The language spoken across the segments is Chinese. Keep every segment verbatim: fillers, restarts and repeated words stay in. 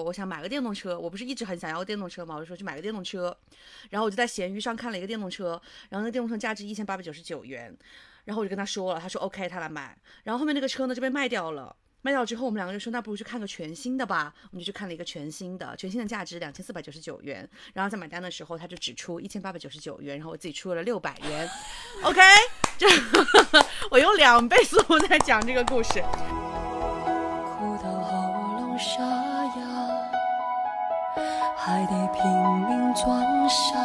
说我想买个电动车，我不是一直很想要个电动车嘛，我就说去买个电动车，然后我就在闲鱼上看了一个电动车，然后那个电动车价值一千八百九十九元，然后我就跟他说了，他说 OK 他来买，然后后面那个车呢就被卖掉了。卖掉之后，我们两个就说，那不如去看个全新的吧。我们就去看了一个全新的，全新的价值两千四百九十九元。然后在买单的时候，他就只出一千八百九十九元，然后我自己出了六百元。OK， 就我用两倍速度在讲这个故事。 哭到喉咙沙哑，还得拼命装傻。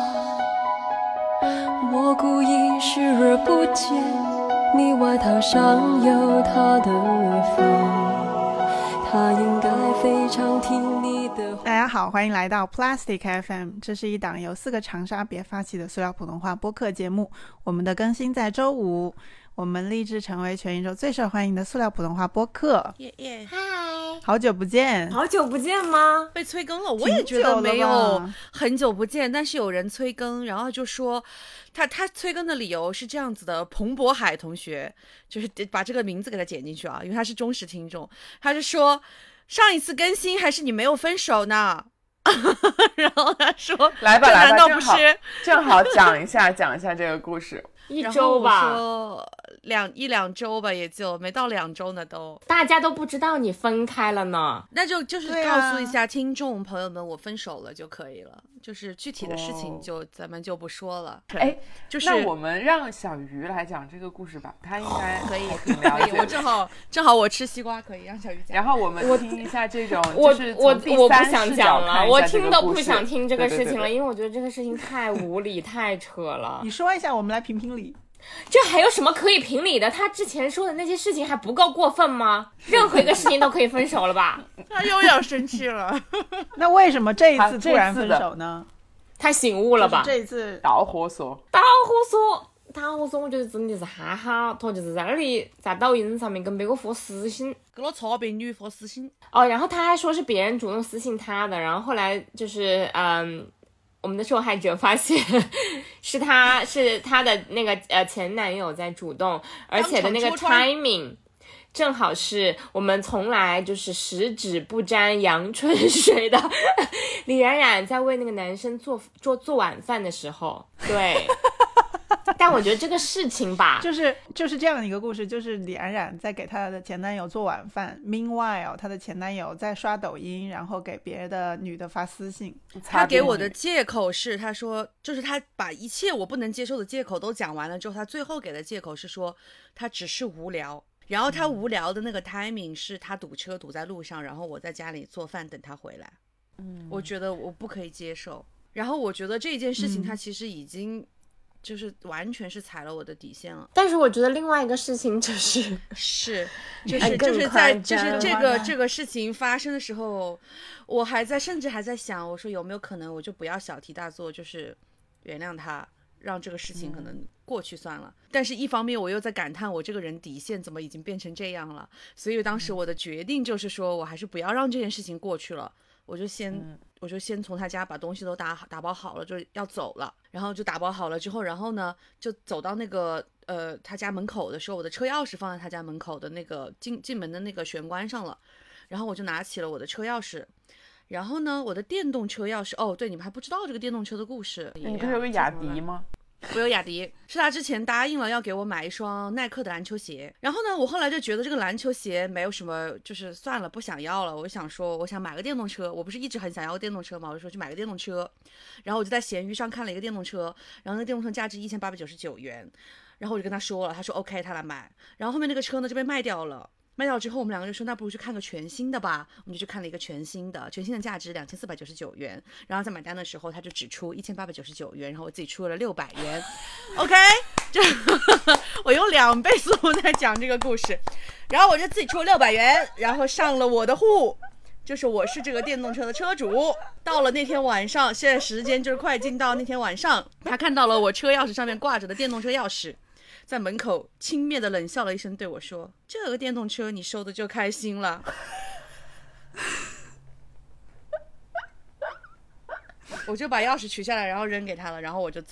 我故意视而不见，你外套上有他的发。他应该非常听你的话。 大家好，欢迎来到 Plastic F M， 这是一档由四个长沙别发起的塑料普通话播客节目。我们的更新在周五，我们立志成为全宇宙最受欢迎的塑料普通话播客。 耶耶， 嗨， 好久不见， 好久不见吗？ 被催更了，我也觉得没有很久不见，但是有人催更，然后就说他他催更的理由是这样子的，彭博海同学就是把这个名字给他剪进去啊，因为他是忠实听众，他就说上一次更新还是你没有分手呢。然后他说来吧来吧， 难道不是正好讲一下讲一下这个故事。 一周吧， 然后我说两一两周吧，也就没到两周呢都。 大家都不知道你分开了呢， 那就就是告诉一下听众朋友们，我分手了就可以了。就是具体的事情就、哦、咱们就不说了。 哎， 就是那我们让小鱼来讲这个故事吧，他应该可以挺了解。 我正好正好我吃西瓜，可以让小鱼讲。 然后我们听一下这种， 我就是我我不想讲了，我听都不想听这个事情了，对对对，因为我觉得这个事情太无理太扯了。 你说一下，我们来评评理。 这还有什么可以评理的？他之前说的那些事情还不够过分吗？任何一个事情都可以分手了吧？ 他又要生气了。 那为什么这一次突然分手呢？ 他醒悟了吧？ 就是、这一次导火索， 导火索，导火索，我觉得真的是哈哈，他就是在那里在抖音上面跟别个发私信， 跟我操别女发私信。 哦，然后他还说是别人主动私信他的，然后后来就是嗯。我们的受害者发现是他是他的那个呃前男友在主动，而且的那个 timing 正好是我们从来就是十指不沾阳春水的李冉冉在为那个男生做做做晚饭的时候，对。但我觉得这个事情吧， 就是就是这样的一个故事，就是李冉冉在给她的前男友做晚饭 ，meanwhile 她的前男友在刷抖音，然后给别的女的发私信。 他给我的借口是，他说就是他把一切我不能接受的借口都讲完了之后，他最后给的借口是说他只是无聊，然后他无聊的那个 timing 是他堵车堵在路上，然后我在家里做饭等他回来。嗯，我觉得我不可以接受，然后我觉得这件事情他其实已经、嗯。就是完全是踩了我的底线了， 但是我觉得另外一个事情就是是就是就是在就是这个这个事情发生的时候，我还在甚至还在想，我说有没有可能我就不要小题大做，就是原谅他，让这个事情可能过去算了、嗯、但是一方面我又在感叹我这个人底线怎么已经变成这样了，所以当时我的决定就是说我还是不要让这件事情过去了，我就先、嗯、我就先从他家把东西都打打包好了，就要走了，然后就打包好了之后，然后呢就走到那个呃他家门口的时候，我的车钥匙放在他家门口的那个进进门的那个玄关上了，然后我就拿起了我的车钥匙，然后呢我的电动车钥匙，哦对，你们还不知道这个电动车的故事。 你不是有个雅迪吗？ 我有雅迪，是他之前答应了要给我买一双耐克的篮球鞋，然后呢我后来就觉得这个篮球鞋没有什么，就是算了不想要了，我就想说我想买个电动车，我不是一直很想要个电动车嘛，我就说去买个电动车，然后我就在闲鱼上看了一个电动车，然后那个电动车价值一千八百九十九元，然后我就跟他说了，他说 OK 他来买，然后后面那个车呢就被卖掉了，卖掉之后我们两个就说那不如去看个全新的吧，我们就去看了一个全新的，全新的价值两千四百九十九元，然后在买单的时候他就只出一千八百九十九元，然后我自己出了六百元。OK， 就我用两倍速度在讲这个故事，然后我就自己出了六百元，然后上了我的户，就是我是这个电动车的车主。到了那天晚上，现在时间就是快进到那天晚上，他看到了我车钥匙上面挂着的电动车钥匙，在门口轻蔑的冷笑了一声，对我说：“这个电动车你收的就开心了。”我就把钥匙取下来，然后扔给他了，然后我就走了。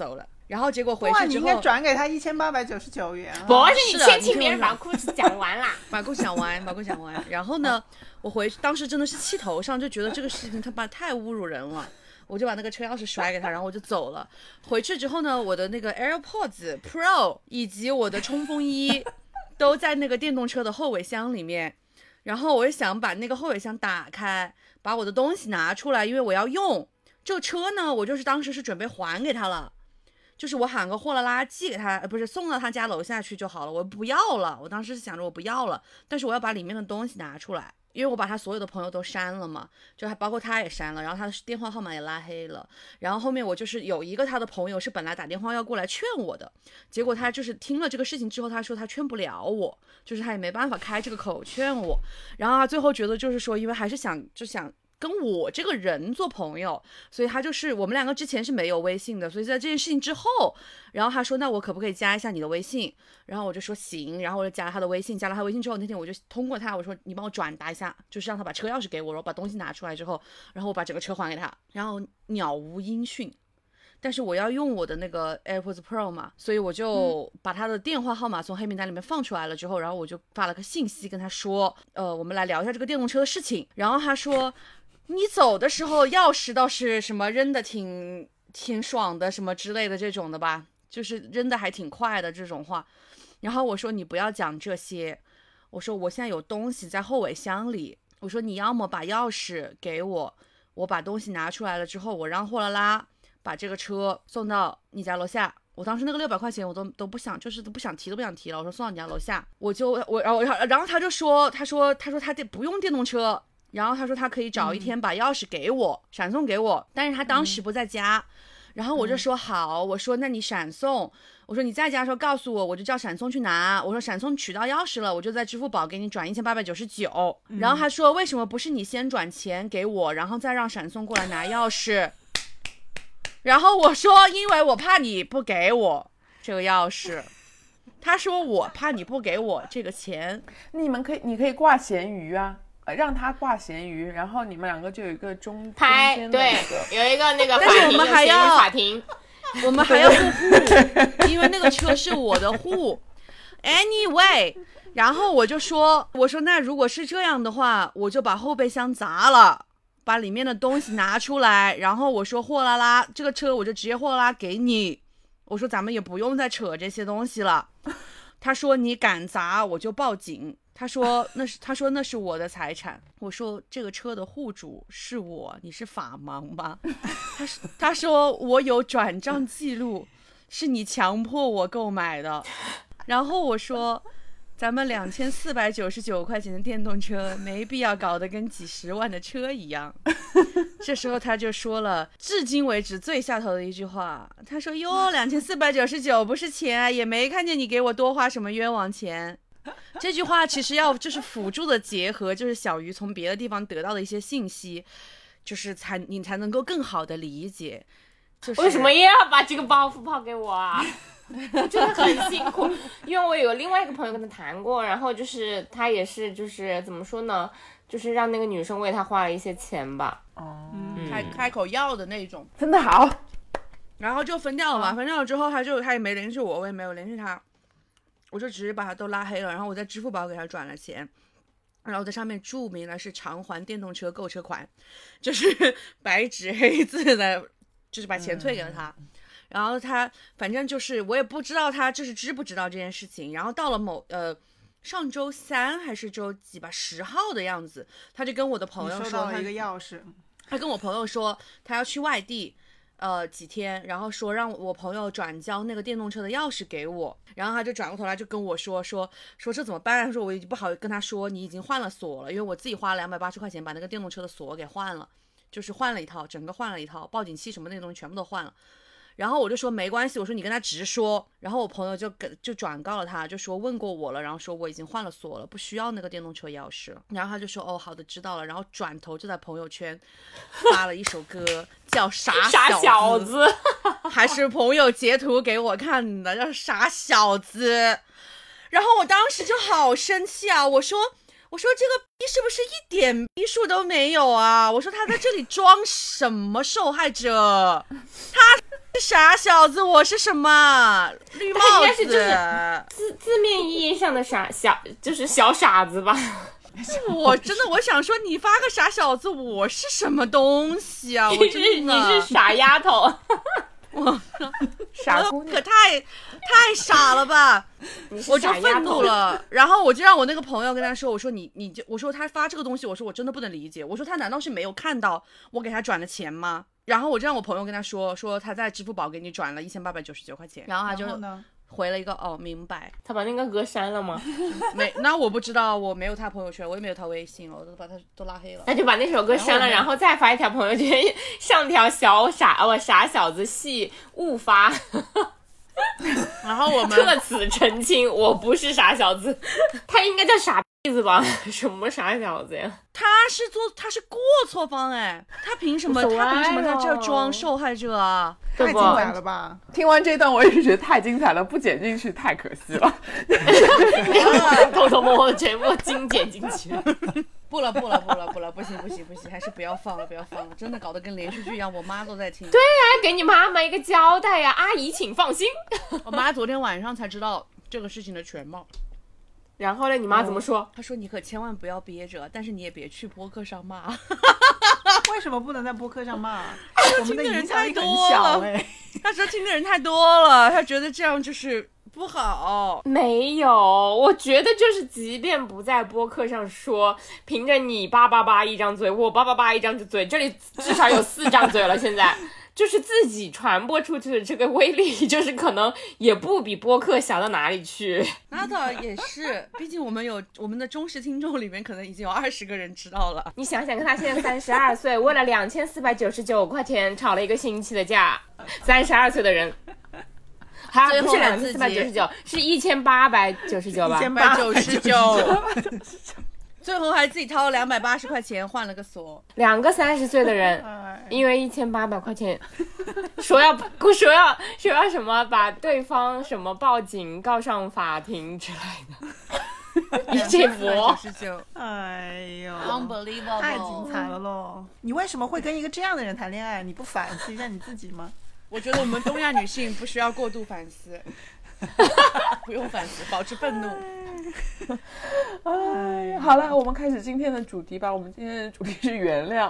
然后结果回哇， 去之后， 你应该转给他一千八百九十九元了。 不是你是的先听别你听我讲人把故事讲完啦。 把故事讲完，把故事讲完。然后呢，我回当时真的是气头上，就觉得这个事情他妈太侮辱人了。我就把那个车钥匙甩给他，然后我就走了。回去之后呢，我的那个 AirPods Pro 以及我的冲锋衣都在那个电动车的后尾箱里面。然后我就想把那个后尾箱打开，把我的东西拿出来，因为我要用。这个车呢，我就是当时是准备还给他了。就是我喊个货拉拉寄给他，呃，不是送到他家楼下去就好了，我不要了。我当时是想着我不要了，但是我要把里面的东西拿出来，因为我把他所有的朋友都删了嘛，就还包括他也删了，然后他的电话号码也拉黑了。然后后面我就是有一个他的朋友是本来打电话要过来劝我的，结果他就是听了这个事情之后，他说他劝不了我，就是他也没办法开这个口劝我。然后他最后觉得就是说，因为还是想就想跟我这个人做朋友，所以他就是我们两个之前是没有微信的，所以在这件事情之后，然后他说那我可不可以加一下你的微信？然后我就说行，然后我就加了他的微信，加了他微信之后，那天我就通过他，我说你帮我转达一下，就是让他把车钥匙给我，然后把东西拿出来之后，然后我把整个车还给他，然后鸟无音讯。但是我要用我的那个 AirPods Pro 嘛，所以我就把他的电话号码从黑名单里面放出来了之后，然后我就发了个信息跟他说，呃，我们来聊一下这个电动车的事情。然后他说，你走的时候钥匙倒是什么扔的挺挺爽的，什么之类的这种的吧，就是扔的还挺快的这种话。然后我说你不要讲这些，我说我现在有东西在后尾箱里，我说你要么把钥匙给我，我把东西拿出来了之后，我让货拉拉把这个车送到你家楼下。我当时那个六百块钱我都都不想，就是都不想提都不想提了。我说送到你家楼下，我就我然后然后他就说，他说他说他电不用电动车，然后他说他可以找一天把钥匙给我、嗯、闪送给我，但是他当时不在家。嗯、然后我就说好，我说那你闪送，我说你在家的时候告诉我，我就叫闪送去拿。我说闪送取到钥匙了，我就在支付宝给你转一千八百九十九。然后他说为什么不是你先转钱给我，然后再让闪送过来拿钥匙？然后我说因为我怕你不给我这个钥匙。他说我怕你不给我这个钱。 你们可以你可以挂咸鱼啊，让他挂咸鱼，然后你们两个就有一个中拍中间的对那个， 有一个那个但是我们还要法庭， 我们还要过户，因为那个车是我的户。Anyway， 然后我就说，我说那如果是这样的话，我就把后备箱砸了，把里面的东西拿出来，然后我说货拉拉这个车我就直接货拉拉给你，我说咱们也不用再扯这些东西了。他说你敢砸我就报警。他说那是他说那是我的财产。我说这个车的户主是我，你是法盲吧？他说他说我有转账记录，是你强迫我购买的。然后我说咱们两千四百九十九块钱的电动车没必要搞得跟几十万的车一样。这时候他就说了至今为止最下头的一句话，他说哟两千四百九十九不是钱啊，也没看见你给我多花什么冤枉钱。这句话其实要就是辅助的结合，就是小鱼从别的地方得到的一些信息，就是才你才能够更好的理解。就是、 为什么也要把这个包袱抛给我啊？真的很辛苦，因为我有另外一个朋友跟他谈过，然后就是他也是就是怎么说呢，就是让那个女生为他花了一些钱吧。 哦、 嗯，开开口要的那种， 真的好。 然后就分掉了嘛，分掉了之后他就他也没联系我，我也没有联系他。我就直接把他都拉黑了，然后我在支付宝给他转了钱，然后在上面注明了是偿还电动车购车款，就是白纸黑字的，就是把钱退给了他。嗯、然后他反正就是我也不知道他就是知不知道这件事情。然后到了某呃上周三还是周几吧，十号的样子，他就跟我的朋友说收到了一个钥匙， 他跟我朋友说他要去外地。呃，几天，然后说让我朋友转交那个电动车的钥匙给我，然后他就转过头来就跟我说说说这怎么办？他说我已经不好跟他说你已经换了锁了，因为我自己花了两百八十块钱把那个电动车的锁给换了，就是换了一套，整个换了一套，报警器什么那些东西全部都换了。然后我就说没关系，我说你跟他直说。然后我朋友就跟就转告了他，就说问过我了，然后说我已经换了锁了，不需要那个电动车钥匙了。然后他就说哦好的知道了，然后转头就在朋友圈发了一首歌叫傻傻小子， 还是朋友截图给我看的，叫傻小子。然后我当时就好生气啊，我说我说这个逼是不是一点逼数都没有啊？我说他在这里装什么受害者？他傻小子，我是什么绿帽子？ 应该是就是字字面意义上的傻小，就是小傻子吧。 我真的我想说，你发个傻小子，我是什么东西啊？我你是真的你是傻丫头， 我傻姑娘可太太傻了吧！ 你是我就傻丫愤怒头。 了，然后我就让我那个朋友跟他说，我说你你就我说他发这个东西，我说我真的不能理解，我说他难道是没有看到我给他转的钱吗？然后我就让我朋友跟他说，说他在支付宝给你转了一千八百九十九块钱，然后他就然后呢回了一个哦明白， 他把那个歌删了吗？ 没，那我不知道，我没有他朋友圈，我也没有他微信了，我都把他都拉黑了。 那就把那首歌删了，然后再发一条朋友圈，上条小傻我傻小子系误发。 然后我们特此澄清，我不是傻小子，他应该叫傻逼子吧？什么傻小子呀？ 他是做他是过错方哎，他凭什么无所谓他凭什么在这了装受害者啊？ 太对不精彩了吧？ 听完这段我也是觉得太精彩了，不剪进去太可惜了。 偷偷摸摸的全部精简进去。 不了不了不了不了，不行不行不行，还是不要放了不要放了，真的搞得跟连续剧一样，我妈都在听。 对呀、给你妈妈一个交代呀、阿姨请放心。 我妈昨天晚上才知道这个事情的全貌。 然后呢，你妈怎么说？ 她说你可千万不要憋着，但是你也别去播客上骂。 为什么不能在播客上骂？我们的听的人影响力很太多了小哎。 她说听的人太多了，她觉得这样就是不好。 没有，我觉得就是，即便不在播客上说，凭着你叭叭叭一张嘴，我叭叭叭一张嘴，这里至少有四张嘴了。现在就是自己传播出去的这个威力，就是可能也不比播客小到哪里去。 那倒也是，毕竟我们有我们的忠实听众里面，可能已经有二十个人知道了。 你想想看，他现在三十二岁，为了两千四百九十九块钱吵了一个星期的架，三十二岁的人。还不是两千四百九十九，是一千八百九十九吧？ 一千八百九十九，最后还自己掏了两百八十块钱换了个锁。 两个三十岁的人， 哎因为一千八百块钱，说要说要说要什么，把对方什么报警告上法庭之类的。一这波九十九哎呦 ，unbelievable， 太精彩了喽！你为什么会跟一个这样的人谈恋爱？你不反思一下你自己吗？ 我觉得我们东亚女性不需要过度反思，不用反思，保持愤怒。 哎，好了，我们开始今天的主题吧。我们今天的主题是原谅。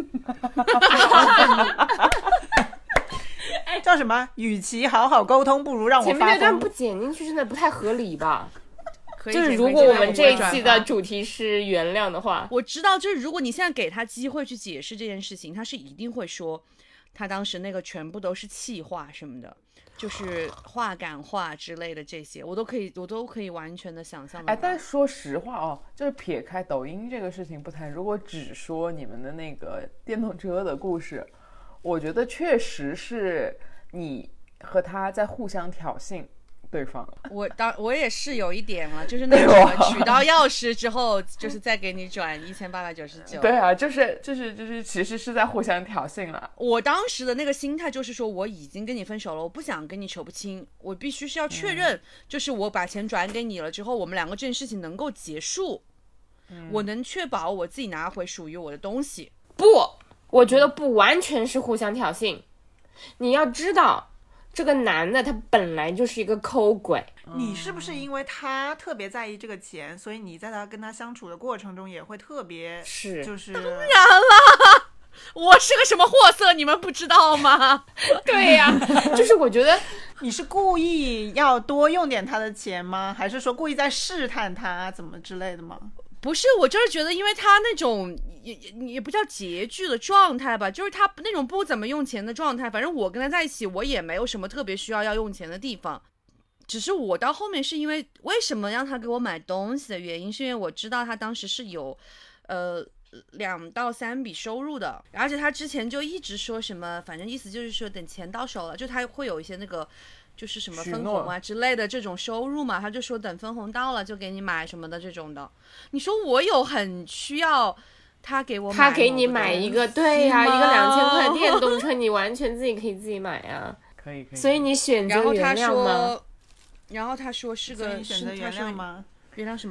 叫什么？与其好好沟通，不如让我前面发疯那段不。剪进去真的不太合理吧？ 可以就是剪可以剪如果我们这一不会期转发的主题是原谅的话， 我知道，就是如果你现在给他机会去解释这件事情，他是一定会说，他当时那个全部都是气话什么的，就是话赶话之类的这些，我都可以，我都可以完全的想象得哎， 到。 但说实话哦，就是撇开抖音这个事情不谈，如果只说你们的那个电动车的故事，我觉得确实是你和他在互相挑衅对方。 我当我也是有一点了，就是那个取到钥匙之后，就是再给你转一千八百九十九。 对啊，就是就是就是，其实是在互相挑衅了。 我当时的那个心态就是说，我已经跟你分手了，我不想跟你扯不清，我必须是要确认，嗯、就是我把钱转给你了之后，我们两个这件事情能够结束，嗯、我能确保我自己拿回属于我的东西。 不，我觉得不完全是互相挑衅。你要知道，这个男的他本来就是一个抠鬼。 你是不是因为他特别在意这个钱，所以你在他跟他相处的过程中也会特别是就是当然了，我是个什么货色，你们不知道吗？ 对呀、啊，就是我觉得你是故意要多用点他的钱吗？还是说故意在试探他怎么之类的吗？ 不是，我就是觉得，因为他那种也也不叫拮据的状态吧，就是他那种不怎么用钱的状态。反正我跟他在一起，我也没有什么特别需要要用钱的地方。只是我到后面是因为为什么让他给我买东西的原因，是因为我知道他当时是有，呃。两到三笔收入的，而且他之前就一直说什么，反正意思就是说等钱到手了，就他会有一些那个就是什么分红啊之类的这种收入嘛，他就说等分红到了就给你买什么的这种的。你说我有很需要他给我买， 他给你买一个，对呀、啊，一个两千块的电动车，你完全自己可以自己买啊， 可以可以。 所以你选择原谅吗？ 然后他说是个， 所以你选择原谅吗？ 原谅什么？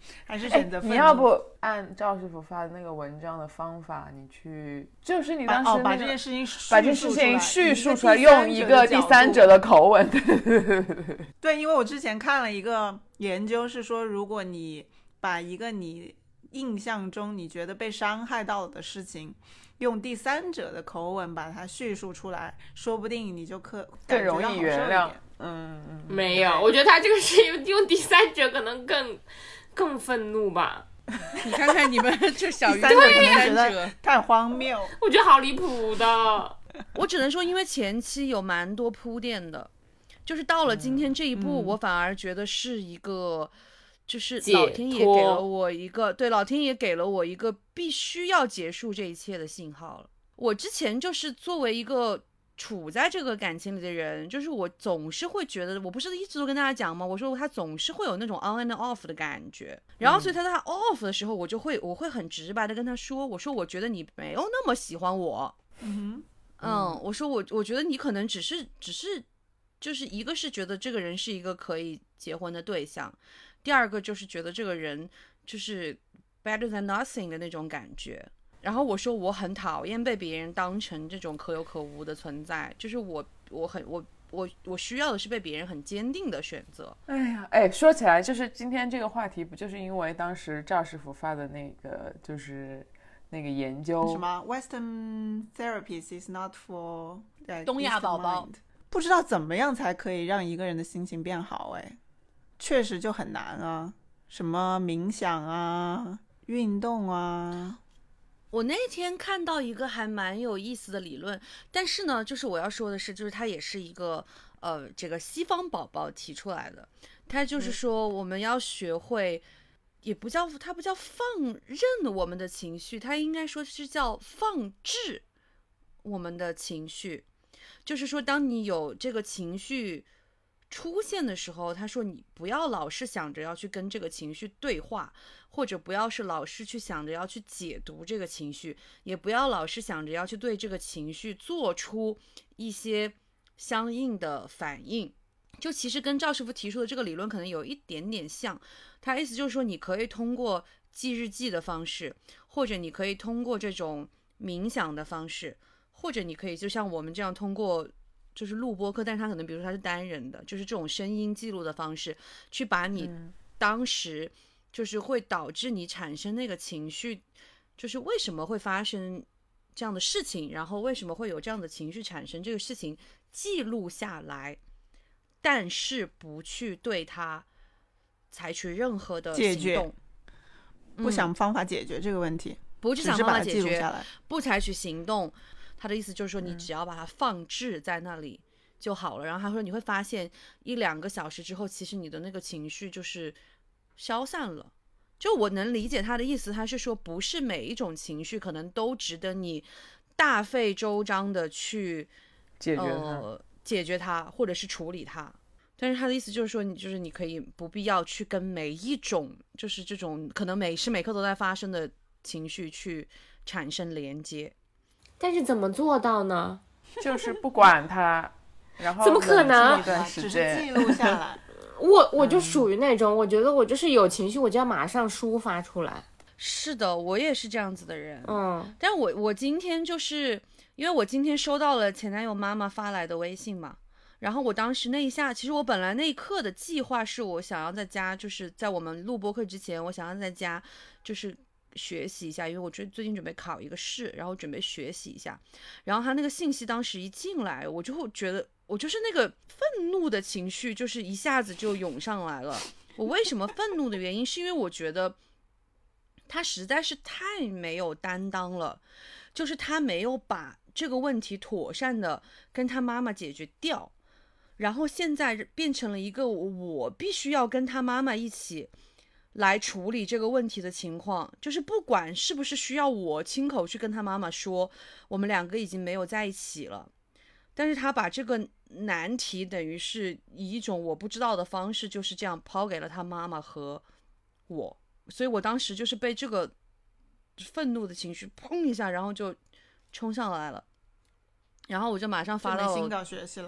还是选择愤怒？ 你要不按赵师傅发的那个文章的方法，你去就是你当时、那个、 哦把这件事情把这件事情叙述出来， 用用一个第三者的口吻。对对对对对。 对，因为我之前看了一个研究，是说如果你把一个你印象中你觉得被伤害到了的事情，用第三者的口吻把它叙述出来，说不定你就可更容易原谅。嗯嗯， 没有，我觉得他这个是用第三者可能更更愤怒吧。 你看看你们这小鱼第三者可能三觉得太荒谬， 我觉得好离谱的。 我只能说，因为前期有蛮多铺垫的，就是到了今天这一步， 嗯、 我反而觉得是一个，就是老天爷给了我一个，对，老天爷给了我一个必须要结束这一切的信号了。我之前就是作为一个处在这个感情里的人，就是我总是会觉得，我不是一直都跟大家讲吗？我说他总是会有那种 on and off 的感觉，然后所以他在他 off 的时候，我就会我会很直白的跟他说，我说我觉得你没有那么喜欢我， 嗯嗯，我说我我觉得你可能只是只是就是一个是觉得这个人是一个可以结婚的对象，第二个就是觉得这个人就是 better than nothing 的那种感觉。然后我说我很讨厌被别人当成这种可有可无的存在，就是我我很我我我需要的是被别人很坚定的选择。 哎呀，哎，说起来就是今天这个话题，不就是因为当时赵师傅发的那个就是那个研究什么 Western therapies is not for 东亚宝宝， 不知道怎么样才可以让一个人的心情变好。哎，确实就很难啊，什么冥想啊，运动啊。 我那天看到一个还蛮有意思的理论，但是呢，就是我要说的是，就是它也是一个呃，这个西方宝宝提出来的。它就是说，我们要学会，也不叫它不叫放任我们的情绪，它应该说是叫放置我们的情绪。就是说，当你有这个情绪出现的时候，他说你不要老是想着要去跟这个情绪对话，或者不要是老是去想着要去解读这个情绪，也不要老是想着要去对这个情绪做出一些相应的反应。就其实跟赵师傅提出的这个理论可能有一点点像，他意思就是说你可以通过记日记的方式，或者你可以通过这种冥想的方式，或者你可以就像我们这样通过就是录播课，但是他可能比如说他是单人的，就是这种声音记录的方式，去把你当时就是会导致你产生那个情绪，就是为什么会发生这样的事情，然后为什么会有这样的情绪产生，这个事情记录下来，但是不去对它采取任何的行动， 不想方法解决这个问题， 不是想方法解决， 下来不采取行动。他的意思就是说，你只要把它放置在那里就好了。嗯、然后他说，你会发现一两个小时之后，其实你的那个情绪就是消散了。就我能理解他的意思，他是说，不是每一种情绪可能都值得你大费周章的去解决它、 呃、解决它，或者是处理它。但是他的意思就是说，你就是你可以不必要去跟每一种就是这种可能每时每刻都在发生的情绪去产生连接。 但是怎么做到呢？ 就是不管它，然后怎么可能？ 一段时间只是记录下来。 我我就属于那种、嗯，我觉得我就是有情绪，我就要马上抒发出来。 是的，我也是这样子的人。 嗯， 但我我今天就是因为我今天收到了前男友妈妈发来的微信嘛，然后我当时那一下，其实我本来那一刻的计划是我想要在家，就是在我们录播课之前，我想要在家就是学习一下，因为我最最近准备考一个试，然后准备学习一下。然后他那个信息当时一进来，我就会觉得我就是那个愤怒的情绪，就是一下子就涌上来了。我为什么愤怒的原因，是因为我觉得他实在是太没有担当了，就是他没有把这个问题妥善的跟他妈妈解决掉，然后现在变成了一个我必须要跟他妈妈一起来处理这个问题的情况，就是不管是不是需要我亲口去跟他妈妈说我们两个已经没有在一起了，但是他把这个难题等于是以一种我不知道的方式就是这样抛给了他妈妈和我，所以我当时就是被这个愤怒的情绪砰一下然后就冲上来了，然后我就马上发到没心搞学习了。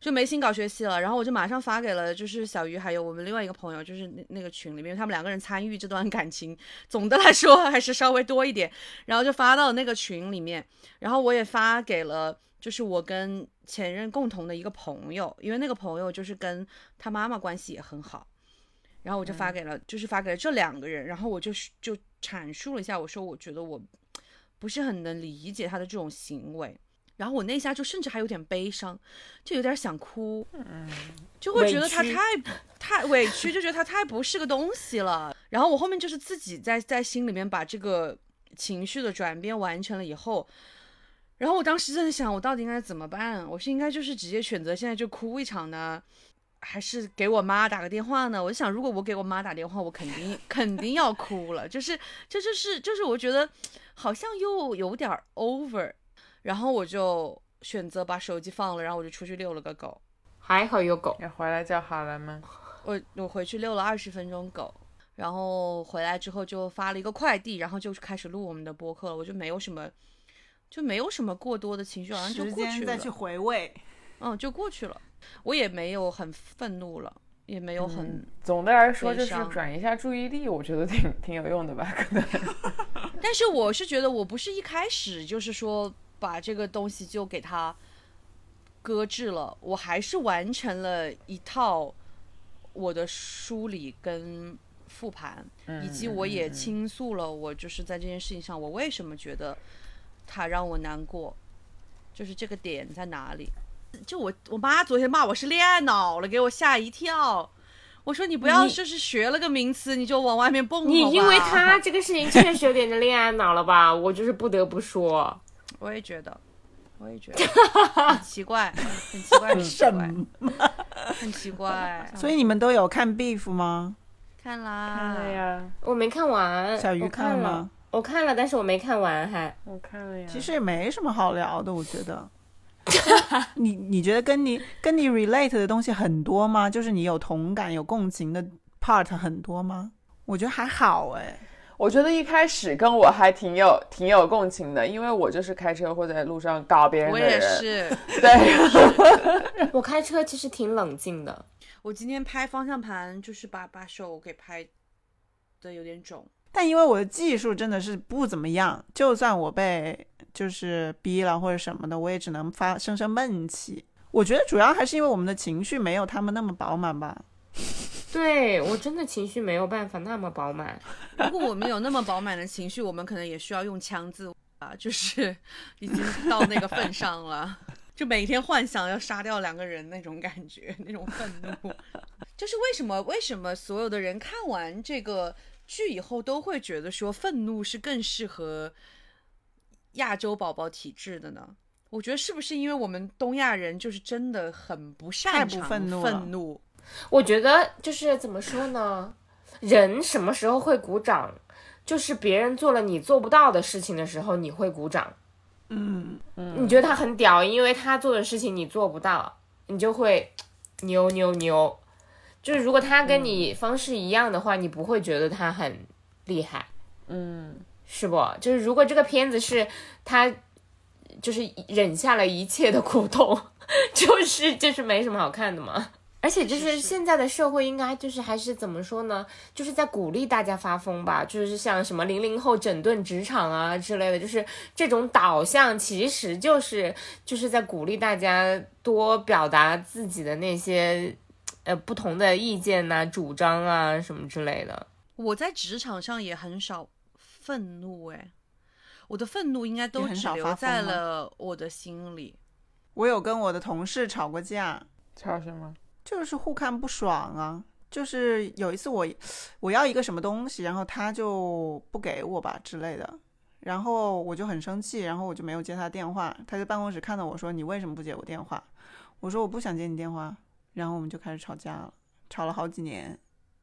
就没心搞学习了。然后我就马上发给了就是小鱼还有我们另外一个朋友，就是那那个群里面，他们两个人参与这段感情，总的来说还是稍微多一点。然后就发到那个群里面，然后我也发给了就是我跟前任共同的一个朋友，因为那个朋友就是跟他妈妈关系也很好。然后我就发给了，嗯、就是发给了这两个人，然后我就就阐述了一下，我说我觉得我不是很能理解他的这种行为，然后我那下就甚至还有点悲伤，就有点想哭，就会觉得他太太委屈，就觉得他太不是个东西了。然后我后面就是自己在在心里面把这个情绪的转变完成了以后，然后我当时在想，我到底应该怎么办？我是应该就是直接选择现在就哭一场呢？还是给我妈打个电话呢？我就想，如果我给我妈打电话，我肯定肯定要哭了。就是，这就是就是我觉得好像又有点 over， 然后我就选择把手机放了，然后我就出去遛了个狗。 还好有狗。 要回来叫好了吗？ 我我回去遛了二十分钟狗，然后回来之后就发了一个快递，然后就开始录我们的播客了。我就没有什么，就没有什么过多的情绪，好像就过去了。 时间再去回味， 嗯，就过去了。我也没有很愤怒了，也没有很、嗯、 总的来说就是转移一下注意力，我觉得挺挺有用的吧，可能。 但是我是觉得我不是一开始就是说把这个东西就给它搁置了，我还是完成了一套我的梳理跟复盘， 嗯、 以及我也倾诉了我就是在这件事情上我为什么觉得它让我难过，就是这个点在哪里。就我我妈昨天骂我是恋爱脑了，给我吓一跳。我说你不要就是学了个名词 你, 你就往外面蹦。 你因为他这个事情确实有点恋爱脑了吧？我就是不得不说。 我也觉得，我也觉得很奇怪，很奇怪，很奇怪，很奇怪。 所以你们都有看 Beef 吗？ 看啦， 看了呀。 我没看完。 小鱼看了吗？ 我看了，但是我没看完还。 我看了呀。 其实也没什么好聊的，我觉得。你你觉得跟你跟你 relate 的东西很多吗？就是你有同感有共情的 part 很多吗？我觉得还好哎。 我觉得一开始跟我还挺有挺有共情的，因为我就是开车或在路上搞别人的人。 我也是。 对。 我开车其实挺冷静的。 我今天拍方向盘就是把把手给拍的有点肿， 但因为我的技术真的是不怎么样，就算我被就是逼了或者什么的，我也只能发生生闷气。我觉得主要还是因为我们的情绪没有他们那么饱满吧。 对，我真的情绪没有办法那么饱满。 如果我们有那么饱满的情绪，我们可能也需要用枪自啊，就是已经到那个份上了。就每天幻想要杀掉两个人那种感觉，那种愤怒。就是为什么为什么所有的人看完这个剧以后都会觉得说愤怒是更适合亚洲宝宝体质的呢？我觉得是不是因为我们东亚人就是真的很不擅长愤怒？愤怒我觉得就是怎么说呢，人什么时候会鼓掌，就是别人做了你做不到的事情的时候你会鼓掌。 嗯嗯，你觉得他很屌，因为他做的事情你做不到，你就会牛牛牛。就是如果他跟你方式一样的话，嗯、你不会觉得他很厉害。 嗯， 是不？就是如果这个片子是他就是忍下了一切的苦痛，就是就是没什么好看的嘛。而且就是现在的社会应该就是还是怎么说呢，就是在鼓励大家发疯吧，就是像什么零零后整顿职场啊之类的，就是这种导向其实就是就是在鼓励大家多表达自己的那些呃不同的意见啊主张啊什么之类的。 我在职场上也很少愤怒，哎，我的愤怒应该都只留在了我的心里。 我有跟我的同事吵过架。 吵什么？ 就是互看不爽啊。就是有一次我我要一个什么东西，然后他就不给我吧之类的，然后我就很生气，然后我就没有接他电话。他在办公室看到我说你为什么不接我电话，我说我不想接你电话，然后我们就开始吵架了，吵了好几年。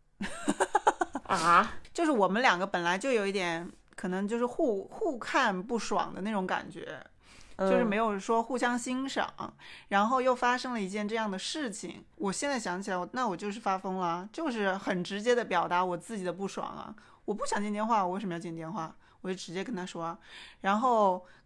啊， 就是我们两个本来就有一点可能就是互互看不爽的那种感觉，就是没有说互相欣赏、嗯、然后又发生了一件这样的事情。我现在想起来，那我就是发疯了，就是很直接的表达我自己的不爽啊。我不想接电话，我为什么要接电话？我就直接跟他说。然后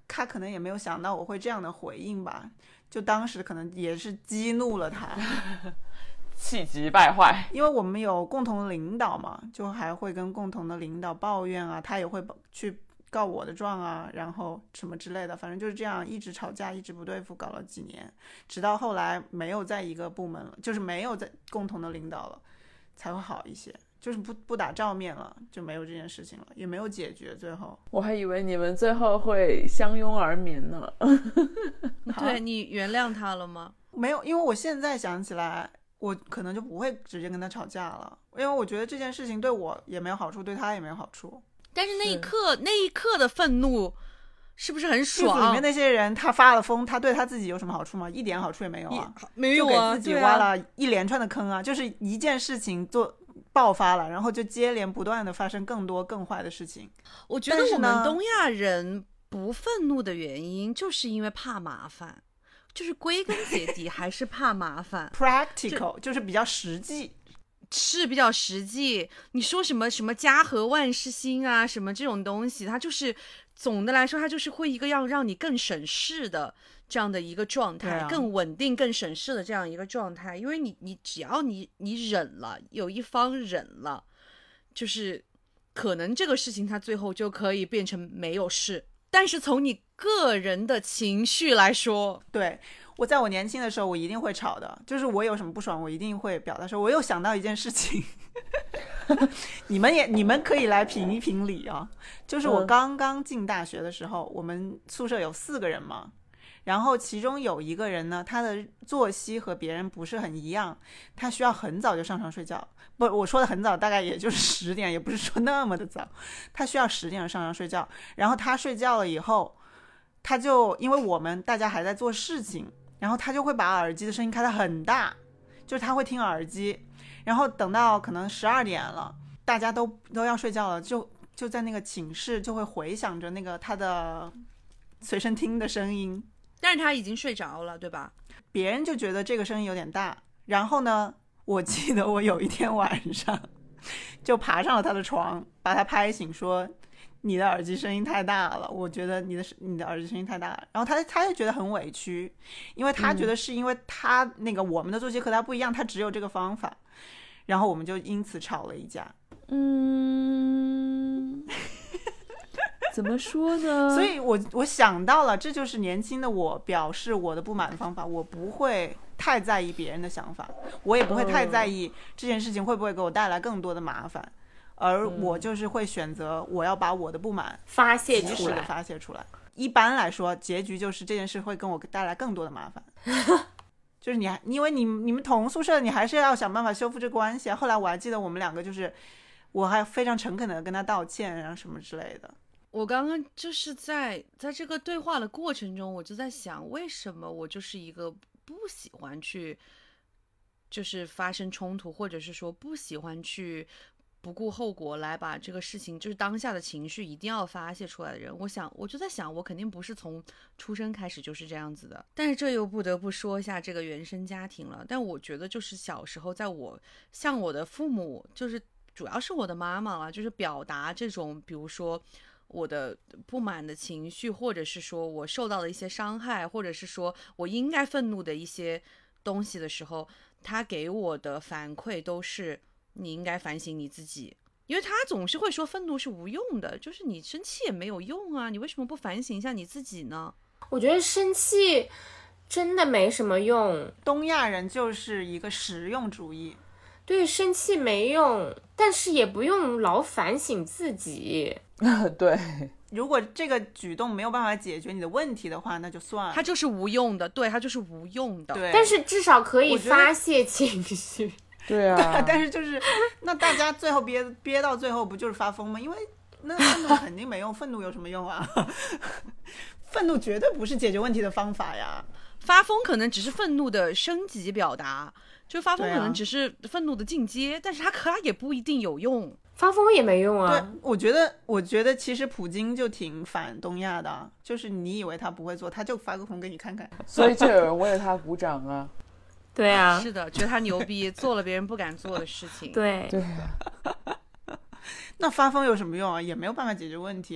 他可能也没有想到我会这样的回应吧，就当时可能也是激怒了他。 气急败坏， 因为我们有共同的领导嘛，就还会跟共同的领导抱怨啊，他也会去告我的状啊，然后什么之类的，反正就是这样一直吵架一直不对付，搞了几年，直到后来没有在一个部门了，就是没有在共同的领导了才会好一些，就是不不打照面了，就没有这件事情了，也没有解决。最后我还以为你们最后会相拥而眠呢。 对，你原谅他了吗？ 没有，因为我现在想起来我可能就不会直接跟他吵架了，因为我觉得这件事情对我也没有好处，对他也没有好处。 但是那一刻那一刻的愤怒是不是很爽？ 剧组里面那些人他发了疯，他对他自己有什么好处吗？一点好处也没有啊， 没有啊， 就给自己挖了一连串的坑啊，啊就是一件事情做爆发了，然后就接连不断的发生更多更坏的事情。 我觉得我们东亚人不愤怒的原因就是因为怕麻烦，就是归根结底还是怕麻烦。 practical 就, 就是比较实际， 是比较实际。你说什么什么家和万事兴啊，什么这种东西，它就是总的来说，它就是会一个要让你更省事的这样的一个状态，啊、更稳定、更省事的这样一个状态。因为你你只要你你忍了，有一方忍了，就是可能这个事情它最后就可以变成没有事。但是从你个人的情绪来说， 对，我在我年轻的时候我一定会吵的，就是我有什么不爽我一定会表达说我又想到一件事情你们也你们可以来评一评理啊，就是我刚刚进大学的时候、嗯、我们宿舍有四个人嘛，然后其中有一个人呢，他的作息和别人不是很一样，他需要很早就上床睡觉，不，我说的很早大概也就是十点，也不是说那么的早，他需要十点上床睡觉，然后他睡觉了以后，他就因为我们大家还在做事情，然后他就会把耳机的声音开得很大，就是他会听耳机，然后等到可能十二点了，大家都都要睡觉了，就就在那个寝室就会回响着那个他的随身听的声音， 但是他已经睡着了，对吧？ 别人就觉得这个声音有点大，然后呢，我记得我有一天晚上就爬上了他的床，把他拍醒，说你的耳机声音太大了，我觉得你的你的耳机声音太大了。然后他他就觉得很委屈，因为他觉得是因为他那个我们的作息和他不一样，他只有这个方法，然后我们就因此吵了一架。 嗯。怎么说呢？ 所以我我想到了，这就是年轻的我表示我的不满的方法。我不会太在意别人的想法，我也不会太在意这件事情会不会给我带来更多的麻烦，而我就是会选择我要把我的不满发泄出来， 发泄出来。一般来说，结局就是这件事会跟我带来更多的麻烦。就是你还因为你你们同宿舍，你还是要想办法修复这个关系啊。后来我还记得我们两个就是，我还非常诚恳的跟他道歉，然后什么之类的。 我刚刚就是在在这个对话的过程中，我就在想，为什么我就是一个不喜欢去就是发生冲突，或者是说不喜欢去不顾后果来把这个事情就是当下的情绪一定要发泄出来的人。我想我就在想，我肯定不是从出生开始就是这样子的，但是这又不得不说一下这个原生家庭了。但我觉得就是小时候在我向我的父母，就是主要是我的妈妈了，就是表达这种比如说我的不满的情绪，或者是说我受到了一些伤害，或者是说我应该愤怒的一些东西的时候，他给我的反馈都是你应该反省你自己。因为他总是会说愤怒是无用的，就是你生气也没有用啊，你为什么不反省一下你自己呢？ 我觉得生气真的没什么用， 东亚人就是一个实用主义， 对，生气没用，但是也不用老反省自己。 对， 如果这个举动没有办法解决你的问题的话，那就算了， 它就是无用的，对，它就是无用的。 对， 但是至少可以发泄情绪。 对啊， 对，但是就是那大家最后憋憋到最后不就是发疯吗？因为那愤怒肯定没用，愤怒有什么用啊？愤怒绝对不是解决问题的方法呀。 发疯可能只是愤怒的升级表达，就发疯可能只是愤怒的进阶，啊、但是它可它也不一定有用。 发疯也没用啊。 对，我觉得，我觉得其实普京就挺反东亚的，就是你以为他不会做，他就发个疯给你看看， 所以就有人为了他鼓掌啊。 对啊， 是的，觉得他牛逼，做了别人不敢做的事情。 对对。 那发疯有什么用啊？也没有办法解决问题啊。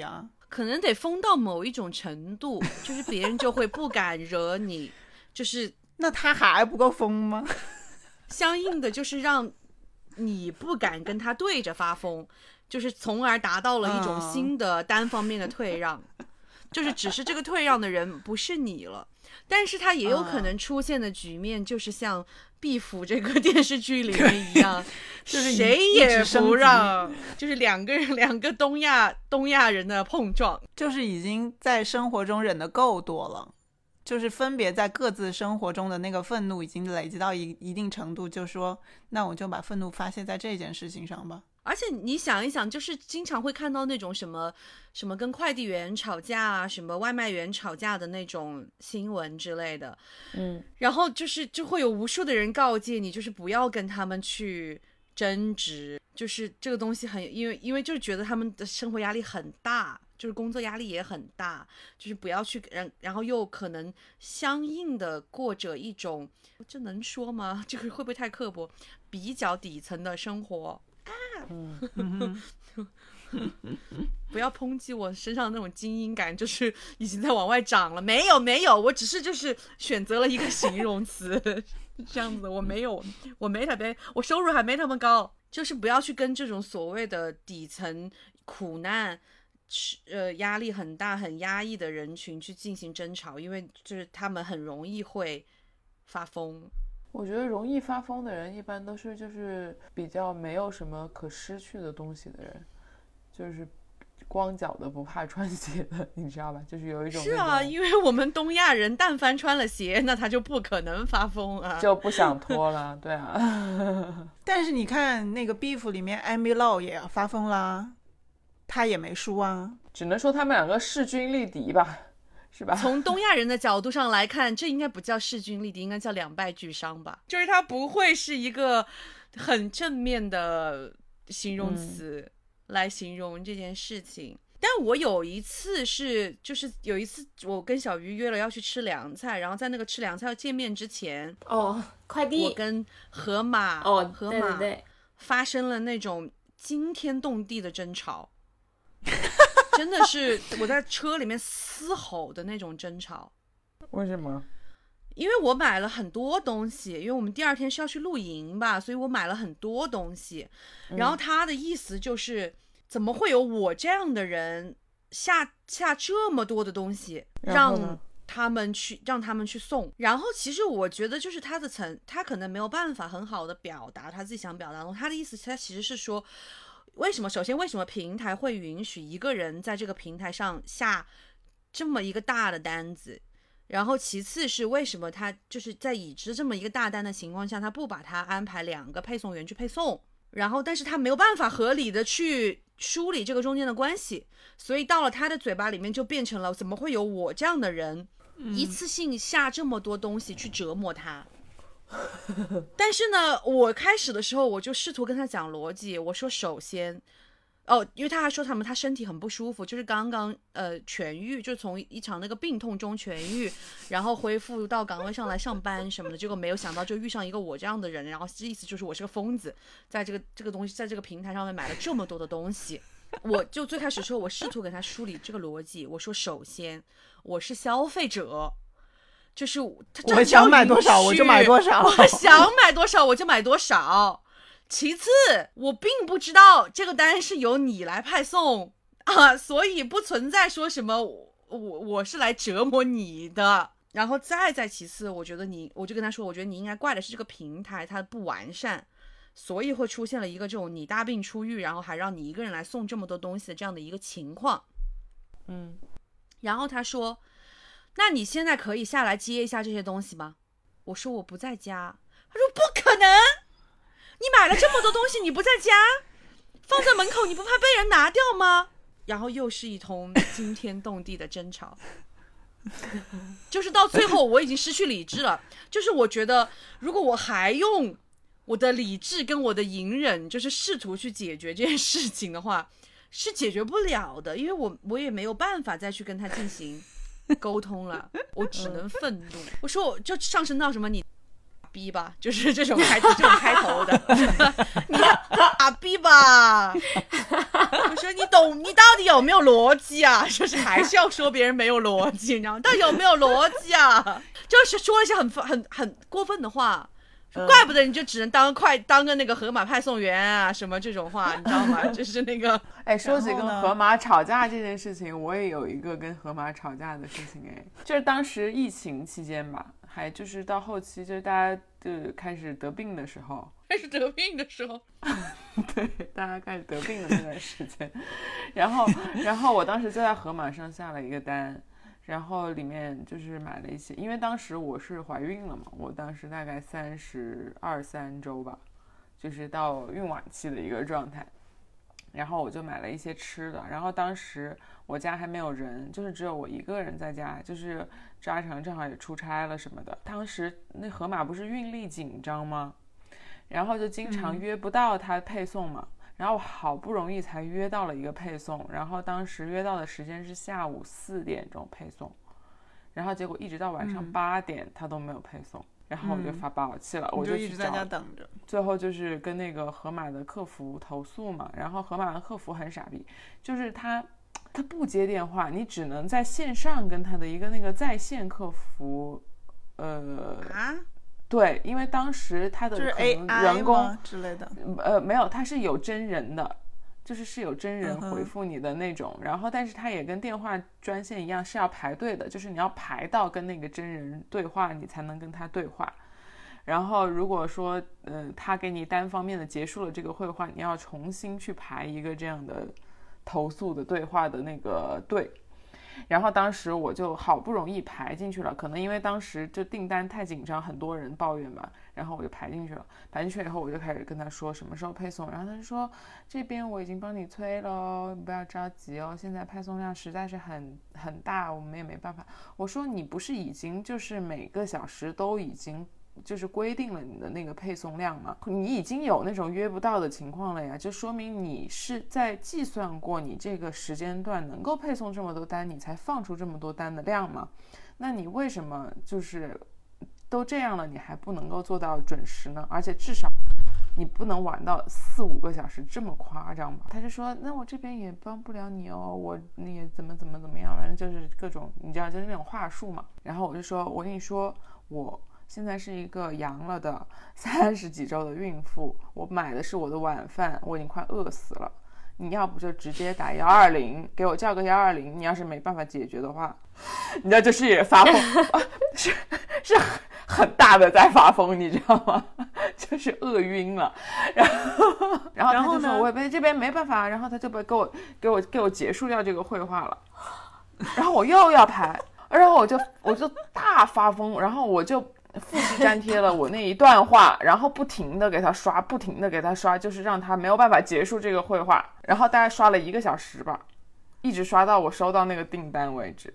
可能得疯到某一种程度，就是别人就会不敢惹你，就是那他还不够疯吗？ 相应的就是让你不敢跟他对着发疯，就是从而达到了一种新的单方面的退让，嗯、就是只是这个退让的人不是你了，但是他也有可能出现的局面就是像毕福这个电视剧里面一样， 就是谁也不让，就是两个人两个东亚东亚人的碰撞， 就是已经在生活中忍得够多了，就是分别在各自生活中的那个愤怒已经累积到一一定程度，就说那我就把愤怒发泄在这件事情上吧。 而且你想一想，就是经常会看到那种什么什么跟快递员吵架啊，什么外卖员吵架的那种新闻之类的， 嗯， 然后就是就会有无数的人告诫你，就是不要跟他们去争执，就是这个东西很，因为因为就是觉得他们的生活压力很大，就是工作压力也很大，就是不要去，然然后又可能相应的过着一种，这能说吗？这个会不会太刻薄？比较底层的生活。嗯，不要抨击我身上那种精英感，就是已经在往外长了。没有没有，我只是就是选择了一个形容词，这样子。我没有，我没特别，我收入还没他们高。就是不要去跟这种所谓的底层苦难、呃压力很大、很压抑的人群去进行争吵，因为就是他们很容易会发疯。 我觉得容易发疯的人一般都是就是比较没有什么可失去的东西的人，就是光脚的不怕穿鞋的，你知道吧？就是有一种是啊，因为我们东亚人但凡穿了鞋，那他就不可能发疯啊， 就不想脱了，对啊。 但是你看那个 Beef 里面 Amy Lau 也发疯啦，他也没输啊， 只能说他们两个势均力敌吧。是吧？ 从东亚人的角度上来看，这应该不叫势均力敌，应该叫两败俱伤吧。就是它不会是一个很正面的形容词来形容这件事情。嗯、但我有一次是，就是有一次我跟小鱼约了要去吃凉菜，然后在那个吃凉菜要见面之前， 哦，快递， 我跟河马， 哦， 河马对对对， 发生了那种惊天动地的争吵。真的是我在车里面嘶吼的那种争吵。 为什么？ 因为我买了很多东西，因为我们第二天是要去露营吧，所以我买了很多东西。然后他的意思就是，怎么会有我这样的人下下这么多的东西，让他们去让他们去送。然后其实我觉得就是他的层，他可能没有办法很好的表达他自己想表达的。他的意思，他其实是说。为什么？首先，为什么平台会允许一个人在这个平台上下这么一个大的单子？然后，其次是为什么他就是在已知这么一个大单的情况下，他不把他安排两个配送员去配送？然后，但是他没有办法合理的去梳理这个中间的关系，所以到了他的嘴巴里面就变成了怎么会有我这样的人一次性下这么多东西去折磨他？但是呢，我开始的时候我就试图跟他讲逻辑，我说首先，哦，因为他还说他们他身体很不舒服，就是刚刚呃痊愈，就从一场那个病痛中痊愈，然后恢复到岗位上来上班什么的，结果没有想到就遇上一个我这样的人，然后意思就是我是个疯子，在这个这个东西在这个平台上面买了这么多的东西。我就最开始说我试图给他梳理这个逻辑，我说首先我是消费者。就是我想买多少我就买多少， 我想买多少我就买多少。其次，我并不知道这个单是由你来派送啊，所以不存在说什么我我我是来折磨你的。然后再再其次，我觉得你，我就跟他说，我觉得你应该怪的是这个平台它不完善，所以会出现了一个这种你大病初愈，然后还让你一个人来送这么多东西的这样的一个情况。 嗯， 然后他说。那你现在可以下来接一下这些东西吗？我说我不在家。他说不可能，你买了这么多东西你不在家，放在门口你不怕被人拿掉吗？然后又是一通惊天动地的争吵。就是到最后我已经失去理智了，就是我觉得如果我还用我的理智跟我的隐忍就是试图去解决这件事情的话，是解决不了的，因为我我也没有办法再去跟他进行沟通了，我只能愤怒。我说我就上升到什么你逼吧，就是这种开这种开头的，你傻逼吧？我说你懂，你到底有没有逻辑啊？就是还是要说别人没有逻辑，你知道吗？到底有没有逻辑啊？就是说了一些很很很过分的话。怪不得你就只能当快当个那个河马派送员啊什么这种话，你知道吗？就是那个哎，说起跟河马吵架这件事情，我也有一个跟河马吵架的事情。哎，就是当时疫情期间吧，还就是到后期，就是大家就开始得病的时候， 开始得病的时候， 对，大家开始得病的那段时间，然后然后我当时就在河马上下了一个单。然后里面就是买了一些，因为当时我是怀孕了嘛，我当时大概三十二三周吧，就是到孕晚期的一个状态。然后我就买了一些吃的，然后当时我家还没有人，就是只有我一个人在家，就是张阿成正好也出差了什么的。当时那河马不是运力紧张吗？然后就经常约不到他配送嘛。嗯，然后好不容易才约到了一个配送，然后当时约到的时间是下午四点钟配送，然后结果一直到晚上八点他都没有配送，嗯，然后我就发暴气了，嗯，我就一直在家等着。 最后就是跟那个盒马的客服投诉嘛，然后盒马的客服很傻逼，就是他他不接电话，你只能在线上跟他的一个那个在线客服，呃啊。 对，因为当时他的可能人工之类的， 呃，没有，他是有真人的，就是是有真人回复你的那种，嗯，然后但是他也跟电话专线一样是要排队的，就是你要排到跟那个真人对话，你才能跟他对话。然后如果说呃他给你单方面的结束了这个会话，你要重新去排一个这样的投诉的对话的那个队。然后当时我就好不容易排进去了，可能因为当时就订单太紧张，很多人抱怨嘛，然后我就排进去了。排进去以后，我就开始跟他说什么时候配送，然后他就说这边我已经帮你催了，你不要着急哦，现在配送量实在是很很大，我们也没办法。我说你不是已经就是每个小时都已经就是规定了你的那个配送量嘛，你已经有那种约不到的情况了呀，就说明你是在计算过你这个时间段能够配送这么多单，你才放出这么多单的量嘛。那你为什么就是都这样了，你还不能够做到准时呢？而且至少你不能晚到四五个小时这么夸张吧？他就说那我这边也帮不了你哦，我你也怎么怎么怎么样，反正就是各种你知道就是那种话术嘛。然后我就说我跟你说我现在是一个阳了的三十几周的孕妇，我买的是我的晚饭，我已经快饿死了。你要不就直接打幺二零，给我叫个幺二零。你要是没办法解决的话，你知道就是也发疯，是是很大的在发疯，你知道吗？就是饿晕了。然后然后他就说我这边没办法，然后他就给我给我给我结束掉这个绘画了。然后我又要排，然后我就我就大发疯，然后我就复制粘贴了我那一段话，然后不停的给他刷，不停的给他刷，就是让他没有办法结束这个绘画。然后大概刷了一个小时吧，一直刷到我收到那个订单为止。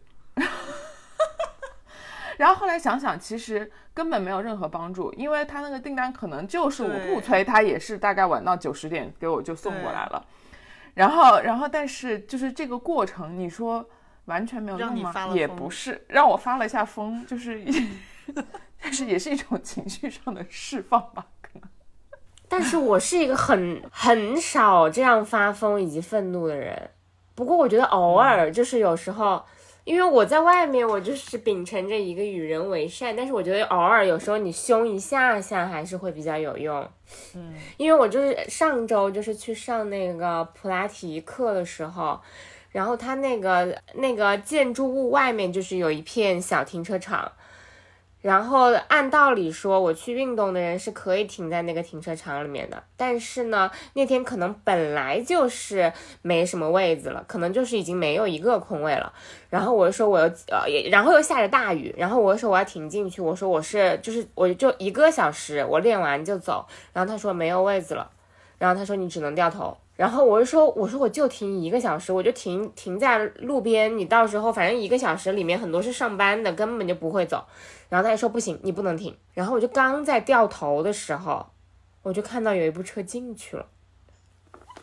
然后后来想想，其实根本没有任何帮助，因为他那个订单可能就是我不催，他也是大概晚到九十点给我就送过来了。然后然后但是就是这个过程，你说完全没有用吗？也不是，让我发了一下疯，就是但是也是一种情绪上的释放吧，可能。 但是我是一个很很少这样发疯以及愤怒的人，不过我觉得偶尔就是有时候，因为我在外面我就是秉承着一个与人为善，但是我觉得偶尔有时候你凶一下下还是会比较有用。嗯，因为我就是上周就是去上那个普拉提课的时候，然后他那个那个建筑物外面就是有一片小停车场，然后按道理说我去运动的人是可以停在那个停车场里面的，但是呢那天可能本来就是没什么位子了，可能就是已经没有一个空位了。然后我就说我又呃，然后又下着大雨，然后我就说我要停进去，我说我是就是我就一个小时我练完就走，然后他说没有位子了，然后他说你只能掉头。然后我就说我说我就停一个小时，我就停停在路边，你到时候反正一个小时里面很多是上班的，根本就不会走。然后他就说不行，你不能停。然后我就刚在掉头的时候，我就看到有一部车进去了，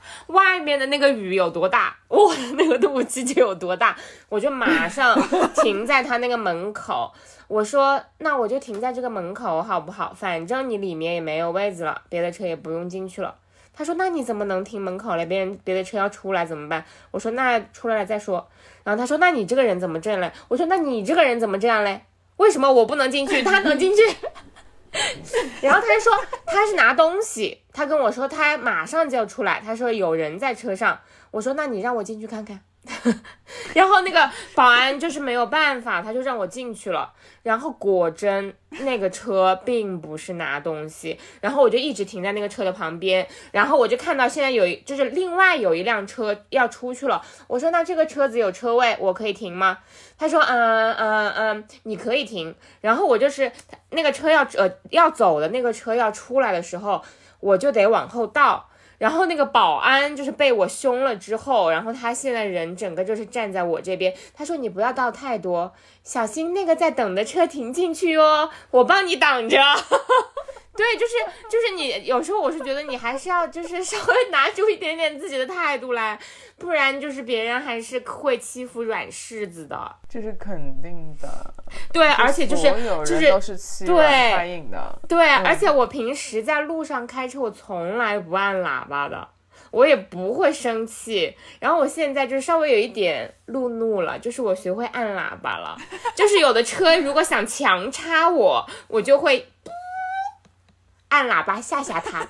外面的那个雨有多大，我的那个肚脐就有多大，我就马上停在他那个门口。我说那我就停在这个门口好不好，反正你里面也没有位子了，别的车也不用进去了。他说那你怎么能停门口嘞，别人别的车要出来怎么办？我说那出来了再说。然后他说那你这个人怎么这样嘞？我说那你这个人怎么这样嘞？为什么我不能进去他能进去？然后他说他是拿东西，他跟我说他马上就要出来，他说有人在车上。我说那你让我进去看看。然后那个保安就是没有办法，他就让我进去了。然后果真那个车并不是拿东西，然后我就一直停在那个车的旁边，然后我就看到现在有就是另外有一辆车要出去了。我说那这个车子有车位我可以停吗？他说嗯嗯嗯你可以停。然后我就是那个车要呃要走的那个车要出来的时候，我就得往后倒。然后那个保安就是被我凶了之后，然后他现在人整个就是站在我这边，他说你不要倒太多，小心那个在等的车停进去哦，我帮你挡着。对，就是就是你有时候我是觉得你还是要就是稍微拿出一点点自己的态度来，不然就是别人还是会欺负软柿子的， 这是肯定的。 对，而且就是就是都是欺软怕硬的。 对，对嗯、而且我平时在路上开车，我从来不按喇叭的，我也不会生气。然后我现在就稍微有一点路怒了，就是我学会按喇叭了。就是有的车如果想强插我，我就会按喇叭吓吓他。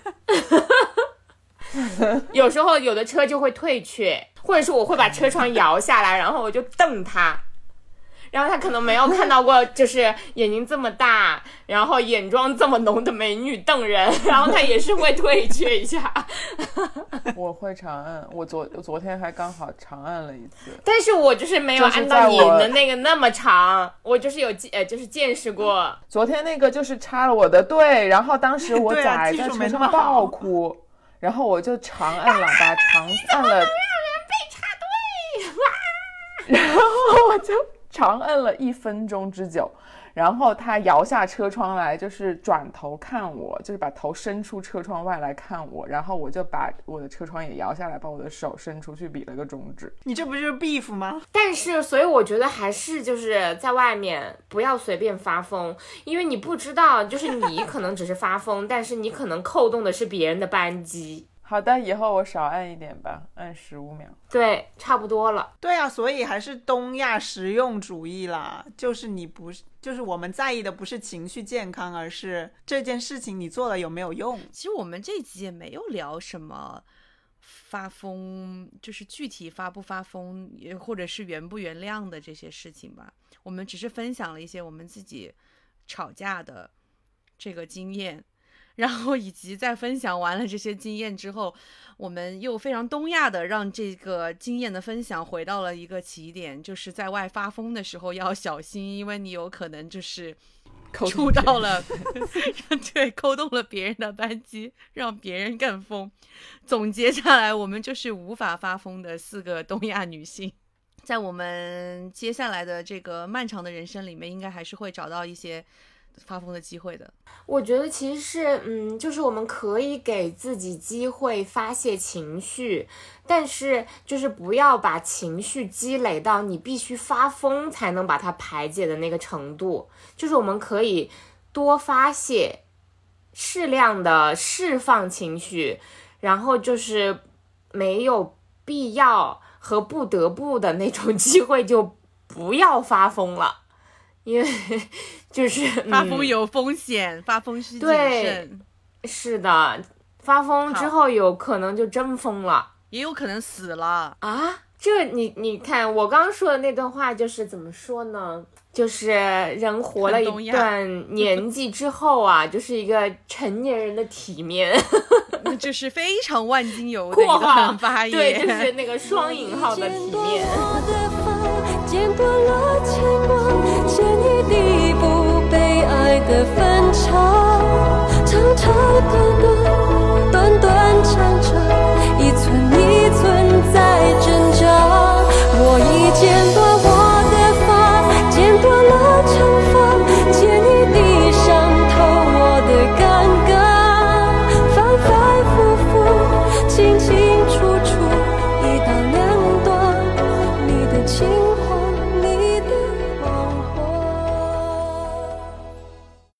有时候有的车就会退却，或者是我会把车窗摇下来，然后我就瞪他，然后他可能没有看到过就是眼睛这么大然后眼妆这么浓的美女瞪人，然后他也是会退却一下。 我会长按，我昨昨天还刚好长按了一次， 但是我就是没有按到你的那个那么长，我就是有呃就是见识过。 昨天那个就是插了我的队，然然后当时我崽在车上爆哭，然后我就长按喇叭，长按了，然后我就长按了一分钟之久。然后他摇下车窗来，就是转头看我，就是把头伸出车窗外来看我，然后我就把我的车窗也摇下来，把我的手伸出去比了个中指。 你这不就是 beef 吗？ 但是所以我觉得还是就是在外面不要随便发疯，因为你不知道，就是你可能只是发疯但是你可能扣动的是别人的扳机。 好的，以后我少按一点吧，按十五秒。 对，差不多了。 对啊，所以还是东亚实用主义啦，就是你不是，就是我们在意的不是情绪健康，而是这件事情你做了有没有用。 其实我们这集也没有聊什么发疯，就是具体发不发疯，或者是原不原谅的这些事情吧。我们只是分享了一些我们自己吵架的这个经验。然后以及在分享完了这些经验之后，我们又非常东亚的让这个经验的分享回到了一个起点，就是在外发疯的时候要小心，因为你有可能就是触到了对，扣动了别人的扳机，让别人更疯。总结下来，我们就是无法发疯的四个东亚女性。在我们接下来的这个漫长的人生里面，应该还是会找到一些发疯的机会的。 我觉得其实是嗯，就是我们可以给自己机会发泄情绪，但是就是不要把情绪积累到你必须发疯才能把它排解的那个程度。就是我们可以多发泄，适量的释放情绪，然后就是没有必要和不得不的那种机会就不要发疯了。因为就是发疯有风险、嗯、发疯需谨慎。 是的，发疯之后有可能就真疯了， 也有可能死了啊！这你你看我刚刚说的那段话就是怎么说呢，就是人活了一段年纪之后啊就是一个成年人的体面。 那就是非常万金油的一段发言。 对，就是那个双引号的体面。 见多了牵挂，见一地不被爱的分岔，长长短短